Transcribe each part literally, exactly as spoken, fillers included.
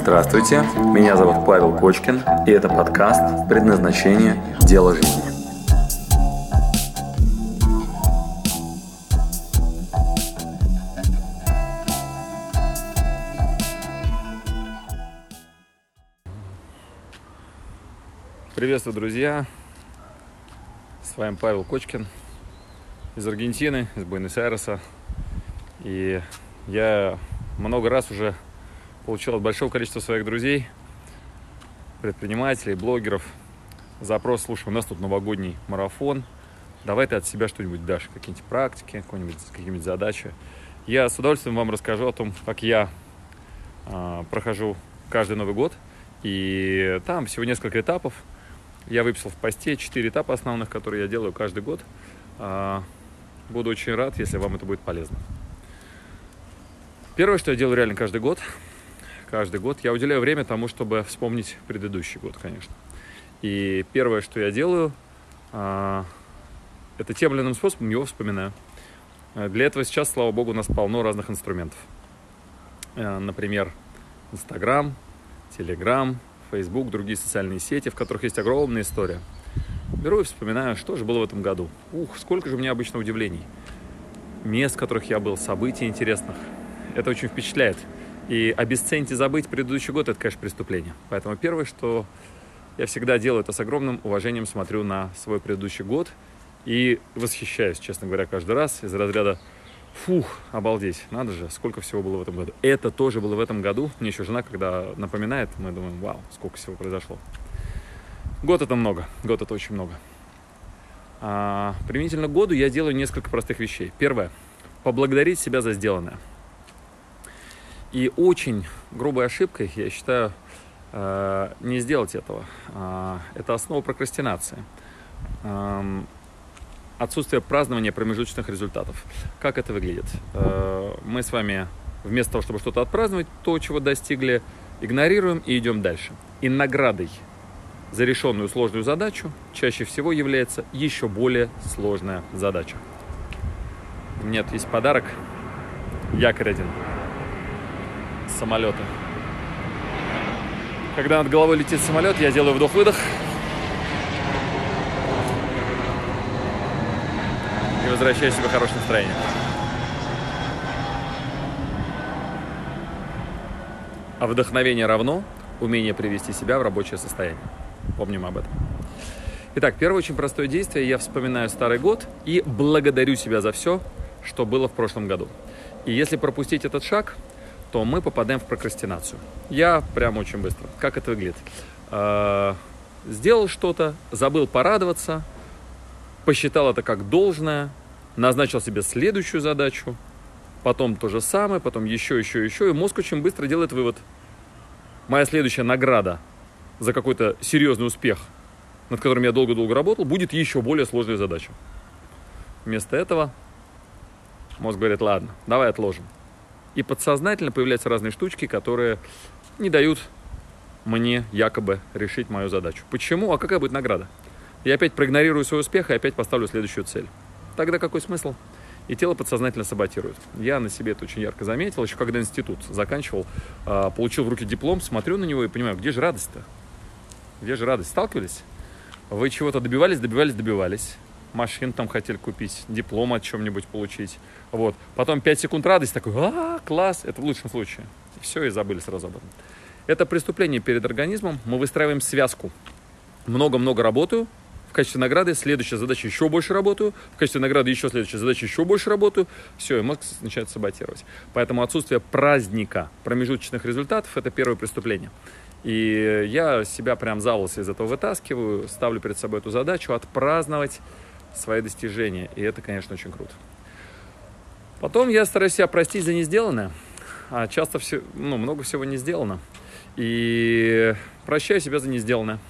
Здравствуйте, меня зовут Павел Кочкин, и это подкаст «Предназначение. Дело жизни». Приветствую, друзья! С вами Павел Кочкин из Аргентины, из Буэнос-Айреса. И я много раз уже получил от большого количества своих друзей, предпринимателей, блогеров запрос: слушай, у нас тут новогодний марафон, давай ты от себя что-нибудь дашь, какие-нибудь практики, какие-нибудь задачи. Я с удовольствием вам расскажу о том, как я э, прохожу каждый Новый год. И там всего несколько этапов. Я выписал в посте четыре этапа основных, которые я делаю каждый год. Э, буду очень рад, если вам это будет полезно. Первое, что я делаю реально каждый год, каждый год, я уделяю время тому, чтобы вспомнить предыдущий год, конечно. И первое, что я делаю, это тем или иным способом его вспоминаю. Для этого сейчас, слава богу, у нас полно разных инструментов. Например, Инстаграм, Телеграм, Фейсбук, другие социальные сети, в которых есть огромная история. Беру и вспоминаю, что же было в этом году. Ух, сколько же у меня обычно удивлений. Мест, в которых я был, событий интересных. Это очень впечатляет. И обесценить и забыть предыдущий год – это, конечно, преступление. Поэтому первое, что я всегда делаю, это с огромным уважением смотрю на свой предыдущий год и восхищаюсь, честно говоря, каждый раз из разряда «фух, обалдеть, надо же, сколько всего было в этом году». Это тоже было в этом году. Мне еще жена, когда напоминает, мы думаем: вау, сколько всего произошло. Год – это много, год – это очень много. А, применительно к году я делаю несколько простых вещей. Первое – поблагодарить себя за сделанное. И очень грубой ошибкой, я считаю, не сделать этого. Это основа прокрастинации. Отсутствие празднования промежуточных результатов. Как это выглядит? Мы с вами вместо того, чтобы что-то отпраздновать, то, чего достигли, игнорируем и идем дальше. И наградой за решенную сложную задачу чаще всего является еще более сложная задача. У меня тут есть подарок. Якорь один. Самолета. Когда над головой летит самолет, я делаю вдох-выдох и возвращаю себе хорошее настроение. А вдохновение равно умение привести себя в рабочее состояние. Помним об этом. Итак, первое очень простое действие. Я вспоминаю старый год и благодарю себя за все, что было в прошлом году. И если пропустить этот шаг, то мы попадаем в прокрастинацию. Я прям очень быстро. Как это выглядит? Э-э- сделал что-то, забыл порадоваться, посчитал это как должное, назначил себе следующую задачу, потом то же самое, потом еще, еще, еще, и мозг очень быстро делает вывод. Моя следующая награда за какой-то серьезный успех, над которым я долго-долго работал, будет еще более сложная задача. Вместо этого мозг говорит: ладно, давай отложим. И подсознательно появляются разные штучки, которые не дают мне якобы решить мою задачу. Почему? А какая будет награда? Я опять проигнорирую свой успех и опять поставлю следующую цель. Тогда какой смысл? И тело подсознательно саботирует. Я на себе это очень ярко заметил. Еще когда институт заканчивал, получил в руки диплом, смотрю на него и понимаю: где же радость-то? Где же радость? Сталкивались? Вы чего-то добивались, добивались, добивались. Машину там хотели купить, диплом о чем-нибудь получить. Вот. Потом пять секунд радости, такой: а, класс, это в лучшем случае. И все, и забыли сразу об этом. Это преступление перед организмом. Мы выстраиваем связку. Много-много работаю, в качестве награды следующая задача еще больше работаю, в качестве награды еще следующая задача еще больше работаю. Все, и мозг начинает саботировать. Поэтому отсутствие праздника промежуточных результатов – это первое преступление. И я себя прям за волосы из этого вытаскиваю, ставлю перед собой эту задачу отпраздновать свои достижения. И это, конечно, очень круто. Потом я стараюсь себя простить за не сделанное. А часто все, ну, много всего не сделано. И прощаю себя за не сделанное.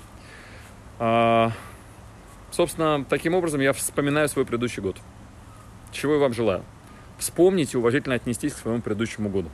А, собственно, таким образом я вспоминаю свой предыдущий год. Чего я вам желаю. Вспомнить и уважительно отнестись к своему предыдущему году.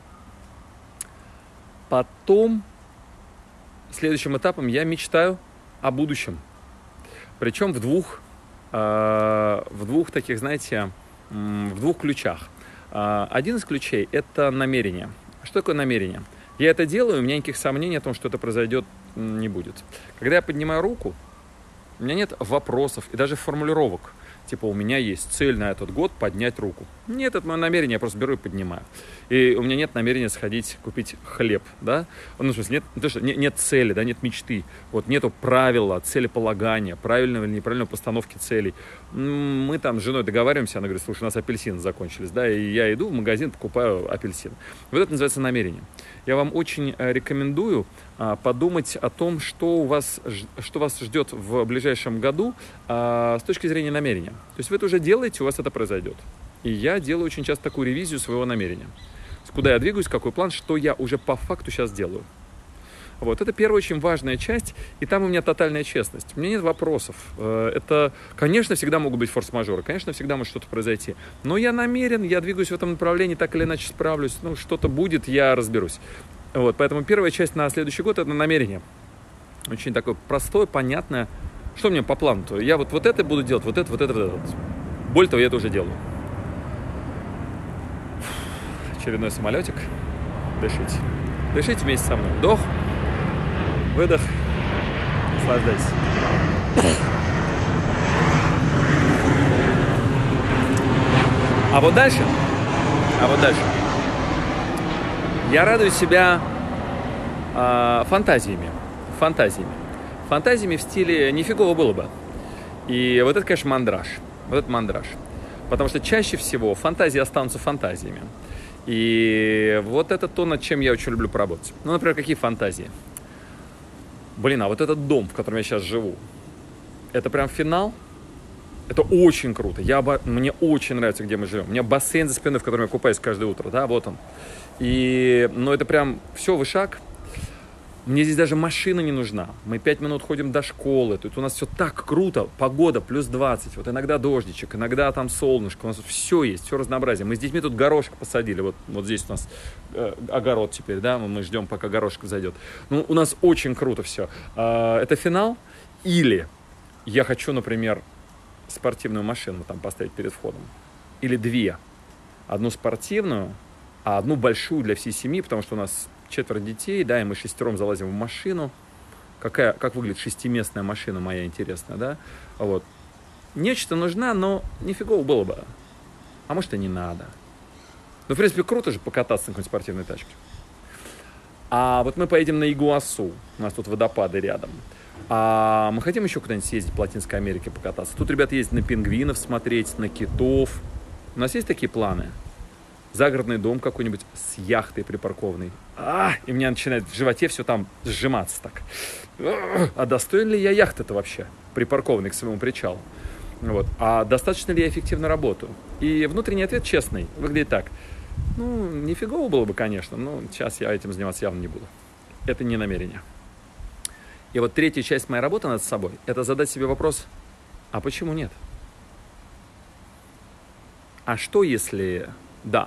Потом, следующим этапом, я мечтаю о будущем. Причем в двух в двух таких, знаете, в двух ключах. Один из ключей – это намерение. Что такое намерение? Я это делаю, у меня никаких сомнений о том, что это произойдет, не будет. Когда я поднимаю руку, у меня нет вопросов и даже формулировок. Типа, у меня есть цель на этот год поднять руку. Нет, это мое намерение, я просто беру и поднимаю. И у меня нет намерения сходить купить хлеб, да? Ну, в смысле, нет, то, что нет, нет цели, да, нет мечты. Вот нету правила, целеполагания, правильного или неправильной постановки целей. Мы там с женой договариваемся, она говорит, слушай, у нас апельсины закончились, да, и я иду в магазин, покупаю апельсин. Вот это называется намерение. Я вам очень рекомендую а, подумать о том, что, у вас, что вас ждет в ближайшем году а, с точки зрения намерения. То есть вы это уже делаете, у вас это произойдет. И я делаю очень часто такую ревизию своего намерения. Куда я двигаюсь, какой план, что я уже по факту сейчас делаю. Вот, это первая очень важная часть, и там у меня тотальная честность. У меня нет вопросов. Это, конечно, всегда могут быть форс-мажоры, конечно, всегда может что-то произойти. Но я намерен, я двигаюсь в этом направлении, так или иначе справлюсь. Ну, что-то будет, я разберусь. Вот, поэтому первая часть на следующий год – это намерение. Очень такое простое, понятное. Что мне по плану-то? Я вот, вот это буду делать, вот это, вот это, вот это. Более того, я это уже делаю. Очередной самолетик. Дышите. Дышите вместе со мной. Вдох. Выдох. Наслаждайся. А вот дальше, а вот дальше. Я радую себя э, фантазиями. Фантазиями. Фантазиями в стиле нифигово было бы. И вот это, конечно, мандраж. Вот это мандраж. Потому что чаще всего фантазии останутся фантазиями. И вот это то, над чем я очень люблю поработать. Ну, например, какие фантазии? Блин, а вот этот дом, в котором я сейчас живу, это прям финал? Это очень круто. Я, мне очень нравится, где мы живем. У меня бассейн за спиной, в котором я купаюсь каждое утро. Да, вот он. И, ну, это прям все, вышаг. Мне здесь даже машина не нужна. Мы пять минут ходим до школы. Тут у нас все так круто. Погода плюс двадцать. Вот иногда дождичек, иногда там солнышко. У нас все есть, все разнообразие. Мы с детьми тут горошек посадили. Вот, вот здесь у нас э, огород теперь, да. Мы ждем, пока горошек взойдет. Ну, у нас очень круто все. Э, это финал. Или я хочу, например, спортивную машину там поставить перед входом. Или две. Одну спортивную, а одну большую для всей семьи, потому что у нас четверо детей, да, и мы шестером залазим в машину. Какая, как выглядит шестиместная машина моя, интересная, да? Вот. Нечто нужна, но нифигово было бы. А может, и не надо. Ну, в принципе, круто же покататься на какой-нибудь спортивной тачке. А вот мы поедем на Игуасу. У нас тут водопады рядом. А мы хотим еще куда-нибудь съездить по Латинской Америке покататься. Тут ребята ездят на пингвинов смотреть, на китов. У нас есть такие планы? Загородный дом какой-нибудь с яхтой припаркованной. А, и у меня начинает в животе все там сжиматься так. А достоин ли я яхты-то вообще, припаркованной к своему причалу? Вот. А достаточно ли я эффективно работаю? И внутренний ответ честный, выглядит так. Ну, нифигово было бы, конечно, но сейчас я этим заниматься явно не буду. Это не намерение. И вот третья часть моей работы над собой – это задать себе вопрос, а почему нет? А что, если да?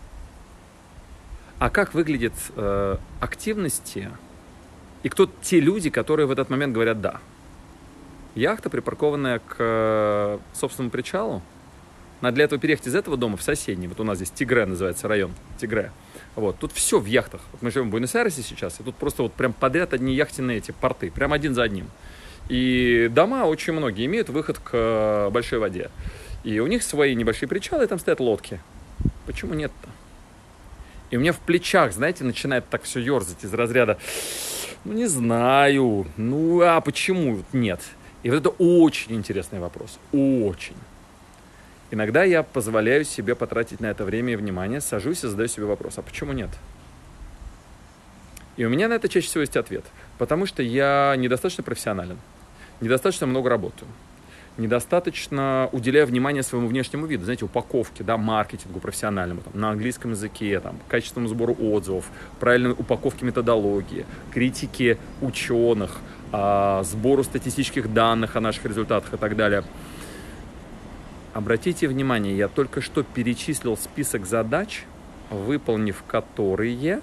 А как выглядят э, активности и кто те люди, которые в этот момент говорят «да»? Яхта, припаркованная к э, собственному причалу. Надо для этого переехать из этого дома в соседний. Вот у нас здесь Тигре называется район. Тигре. Вот. Тут все в яхтах. Вот мы живем в Буэнос-Айресе сейчас, и тут просто вот прям подряд одни яхтенные эти порты. Прям один за одним. И дома очень многие имеют выход к большой воде. И у них свои небольшие причалы, и там стоят лодки. Почему нет-то? И у меня в плечах, знаете, начинает так все ерзать из разряда, ну, не знаю, ну, а почему нет? И вот это очень интересный вопрос, очень. Иногда я позволяю себе потратить на это время и внимание, сажусь и задаю себе вопрос, а почему нет? И у меня на это чаще всего есть ответ, потому что я недостаточно профессионален, недостаточно много работаю. Недостаточно уделяя внимание своему внешнему виду, знаете, упаковке, да, маркетингу профессиональному, там, на английском языке, там, качественному сбору отзывов, правильной упаковке методологии, критике ученых, а, сбору статистических данных о наших результатах и так далее. Обратите внимание, я только что перечислил список задач, выполнив которые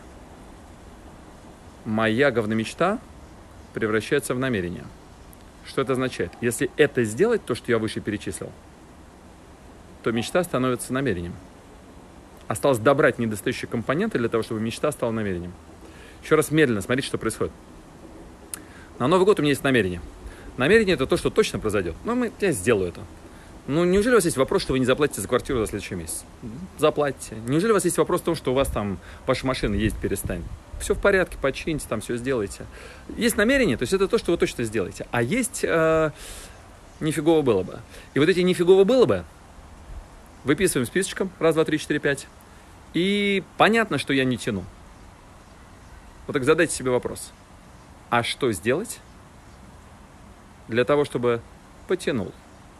моя говномечта превращается в намерение. Что это означает? Если это сделать, то, что я выше перечислил, то мечта становится намерением. Осталось добрать недостающие компоненты для того, чтобы мечта стала намерением. Еще раз медленно, смотрите, что происходит. На Новый год у меня есть намерение. Намерение – это то, что точно произойдет. Ну, мы, я сделаю это. Ну, неужели у вас есть вопрос, что вы не заплатите за квартиру за следующий месяц? Заплатите. Неужели у вас есть вопрос в том, что у вас там ваша машина ездить перестанет? Все в порядке, почините, там все сделайте. Есть намерение, то есть это то, что вы точно сделаете. А есть э, нифигово было бы. И вот эти нифигово было бы выписываем списочком. Раз, два, три, четыре, пять. И понятно, что я не тяну. Вот так задайте себе вопрос. А что сделать для того, чтобы потянул?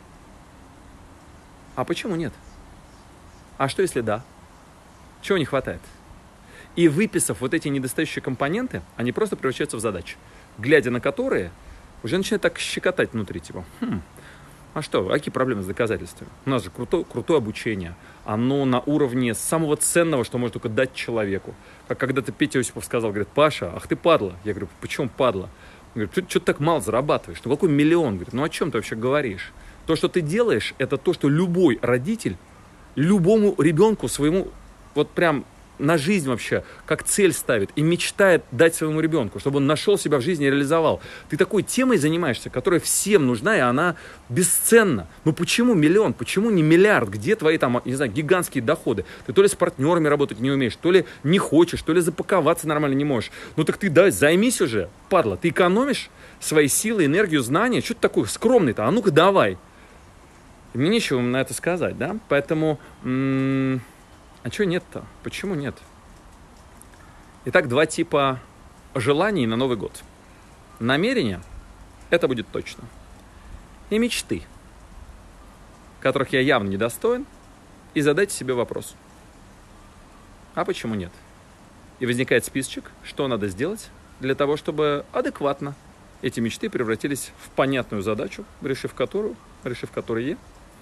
А почему нет? А что, если да? Чего не хватает? И выписав вот эти недостающие компоненты, они просто превращаются в задачи, глядя на которые уже начинает так щекотать внутри, типа, хм, а что, а какие проблемы с доказательствами? У нас же крутое, крутое обучение, оно на уровне самого ценного, что может только дать человеку. Как когда-то Петя Осипов сказал, говорит, Паша, ах ты падла. Я говорю, почему падла? Он говорит, что ты так мало зарабатываешь? Ну какой миллион? Говорит, ну о чем ты вообще говоришь? То, что ты делаешь, это то, что любой родитель, любому ребенку своему, вот прям на жизнь вообще, как цель ставит и мечтает дать своему ребенку, чтобы он нашел себя в жизни и реализовал. Ты такой темой занимаешься, которая всем нужна, и она бесценна. Ну почему миллион? Почему не миллиард? Где твои там, не знаю, гигантские доходы? Ты то ли с партнерами работать не умеешь, то ли не хочешь, то ли запаковаться нормально не можешь. Ну так ты давай займись уже, падла. Ты экономишь свои силы, энергию, знания. Что ты такой скромный-то? А ну-ка давай. И мне нечего на это сказать, да? Поэтому... М- А чего нет-то? Почему нет? Итак, два типа желаний на Новый год. Намерения – это будет точно. И мечты, которых я явно недостоин. И задайте себе вопрос. А почему нет? И возникает списочек, что надо сделать для того, чтобы адекватно эти мечты превратились в понятную задачу, решив которую, решив которую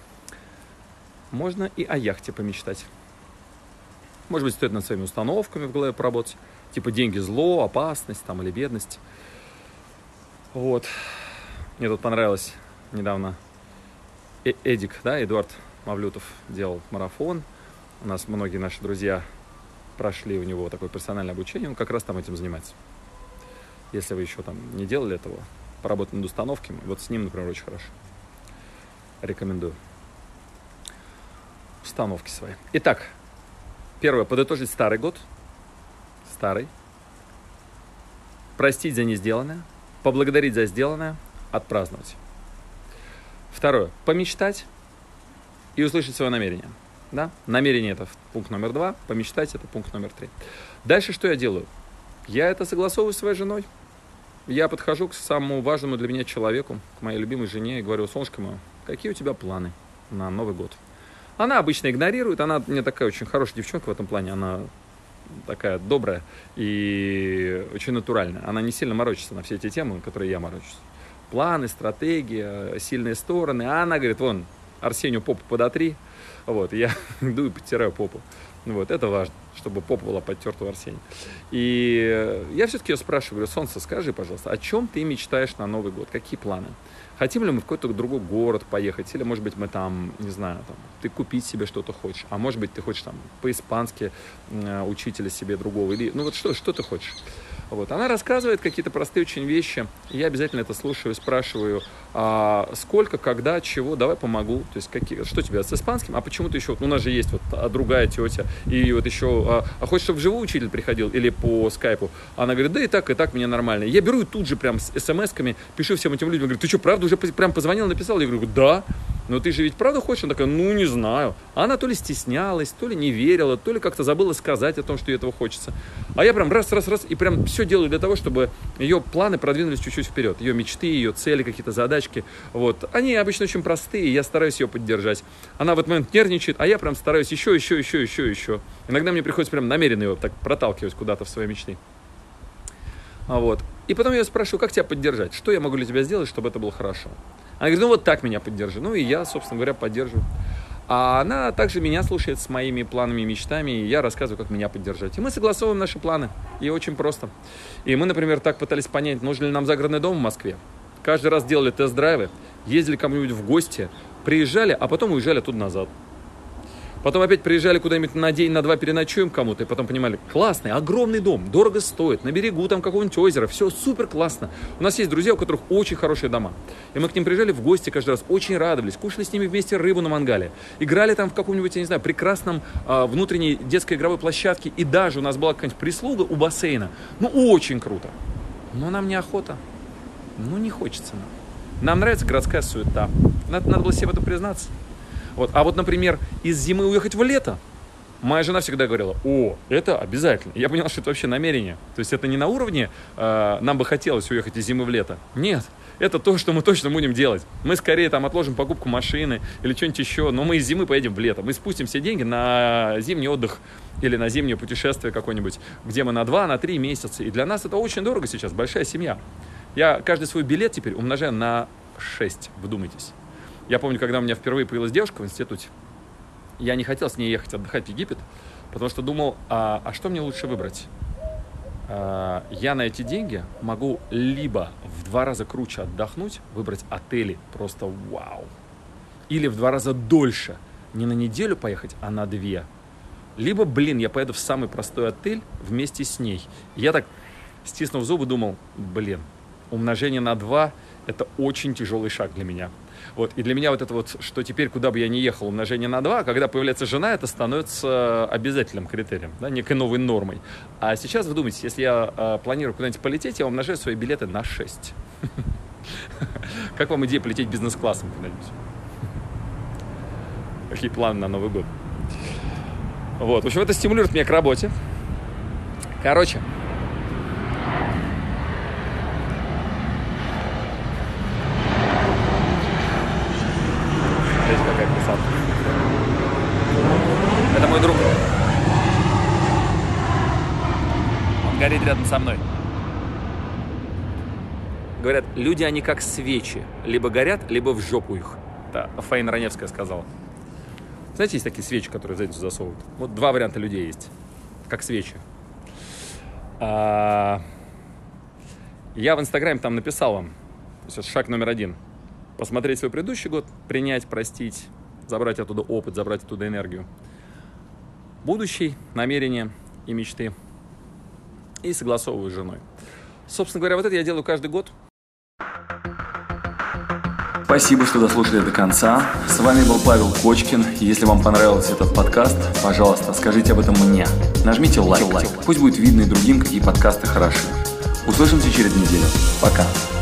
можно и о яхте помечтать. Может быть, стоит над своими установками в голове поработать. Типа деньги зло, опасность там, или бедность. Вот. Мне тут понравилось недавно э- Эдик, да, Эдуард Мавлютов делал марафон. У нас многие наши друзья прошли у него такое персональное обучение. Он как раз там этим занимается. Если вы еще там не делали этого, поработать над установками. Вот с ним, например, очень хорошо. Рекомендую. Установки свои. Итак. Первое. Подытожить старый год. Старый. Простить за несделанное. Поблагодарить за сделанное. Отпраздновать. Второе. Помечтать и услышать свое намерение. Да? Намерение – это пункт номер два. Помечтать – это пункт номер три. Дальше что я делаю? Я это согласовываю с своей женой. Я подхожу к самому важному для меня человеку, к моей любимой жене, и говорю: солнышко мое, какие у тебя планы на Новый год? Она обычно игнорирует, она мне такая очень хорошая девчонка в этом плане, она такая добрая и очень натуральная. Она не сильно морочится на все эти темы, которые я морочусь. Планы, стратегии, сильные стороны. А она говорит: вон, Арсению попу подотри. Вот, я иду и подтираю попу. Вот, это важно, чтобы попа была подтерта у Арсения. И я все-таки ее спрашиваю, говорю: солнце, скажи, пожалуйста, о чем ты мечтаешь на Новый год? Какие планы? Хотим ли мы в какой-то другой город поехать? Или, может быть, мы там, не знаю, там, ты купить себе что-то хочешь. А может быть, ты хочешь там по-испански э, учителя себе другого. Или, ну вот что, что ты хочешь? Вот. Она рассказывает какие-то простые очень вещи. Я обязательно это слушаю, спрашиваю, а сколько, когда, чего, давай помогу. То есть, какие, что тебе с испанским? А почему-то еще, ну, у нас же есть вот другая тетя. И вот еще, а, а хочешь, чтобы живой учитель приходил или по скайпу? Она говорит: да и так, и так мне нормально. Я беру и тут же прям с смс-ками пишу всем этим людям. Говорю: ты что, правда уже прям позвонил, написал? Я говорю: да. Но ты же ведь правда хочешь? Она такая: ну, не знаю. Она то ли стеснялась, то ли не верила, то ли как-то забыла сказать о том, что ей этого хочется. А я прям раз-раз-раз и прям все делаю для того, чтобы ее планы продвинулись чуть-чуть вперед. Ее мечты, ее цели, какие-то задачки. Вот. Они обычно очень простые, и я стараюсь ее поддержать. Она в этот момент нервничает, а я прям стараюсь еще, еще, еще, еще, еще. Иногда мне приходится прям намеренно ее так проталкивать куда-то в свои мечты. Вот. И потом я ее спрашиваю: как тебя поддержать? Что я могу для тебя сделать, чтобы это было хорошо? Она говорит: ну вот так меня поддержи. Ну и я, собственно говоря, поддерживаю. А она также меня слушает с моими планами и мечтами, и я рассказываю, как меня поддержать. И мы согласовываем наши планы. И очень просто. И мы, например, так пытались понять, нужен ли нам загородный дом в Москве. Каждый раз делали тест-драйвы, ездили к кому-нибудь в гости, приезжали, а потом уезжали оттуда назад. Потом опять приезжали куда-нибудь на день, на два переночуем кому-то, и потом понимали, классный, огромный дом, дорого стоит, на берегу там какого-нибудь озера, все супер классно. У нас есть друзья, у которых очень хорошие дома. И мы к ним приезжали в гости каждый раз, очень радовались, кушали с ними вместе рыбу на мангале, играли там в каком-нибудь, я не знаю, прекрасном э, внутренней детской игровой площадке, и даже у нас была какая-нибудь прислуга у бассейна. Ну, очень круто. Но нам неохота. Ну, не хочется нам. Нам нравится городская суета. Надо, надо было себе в этом признаться. Вот. А вот, например, из зимы уехать в лето. Моя жена всегда говорила, о, это обязательно. Я понял, что это вообще намерение. То есть это не на уровне, э, нам бы хотелось уехать из зимы в лето. Нет, это то, что мы точно будем делать. Мы скорее там отложим покупку машины или что-нибудь еще, но мы из зимы поедем в лето. Мы спустим все деньги на зимний отдых или на зимнее путешествие какое-нибудь, где мы на два, на три месяца. И для нас это очень дорого сейчас, большая семья. Я каждый свой билет теперь умножаю на шесть, вдумайтесь. Я помню, когда у меня впервые появилась девушка в институте, я не хотел с ней ехать отдыхать в Египет, потому что думал, а, а что мне лучше выбрать? А, я на эти деньги могу либо в два раза круче отдохнуть, выбрать отели, просто вау, или в два раза дольше, не на неделю поехать, а на две. Либо, блин, я поеду в самый простой отель вместе с ней. Я так, стиснув зубы, думал, блин, умножение на два – это очень тяжелый шаг для меня. Вот. И для меня вот это вот, что теперь, куда бы я ни ехал, умножение на два, когда появляется жена, это становится обязательным критерием, да, некой новой нормой. А сейчас вы думаете, если я э, планирую куда-нибудь полететь, я умножаю свои билеты на шесть. Как вам идея полететь бизнес-классом куда-нибудь? Какие планы на Новый год? Вот. В общем, это стимулирует меня к работе. Короче. Какая красота. Это мой друг. Он горит рядом со мной. Говорят, люди, они как свечи. Либо горят, либо в жопу их. Это Фаина Раневская сказала. Знаете, есть такие свечи, которые в задницу засовывают? Вот два варианта людей есть. Как свечи. А... Я в Инстаграме там написал вам. То есть это шаг номер один. Посмотреть свой предыдущий год, принять, простить, забрать оттуда опыт, забрать оттуда энергию. Будущий, намерения и мечты. И согласовываю с женой. Собственно говоря, вот это я делаю каждый год. Спасибо, что дослушали до конца. С вами был Павел Кочкин. Если вам понравился этот подкаст, пожалуйста, скажите об этом мне. Нажмите лайк. Пусть будет видно и другим, какие подкасты хороши. Услышимся через неделю. Пока.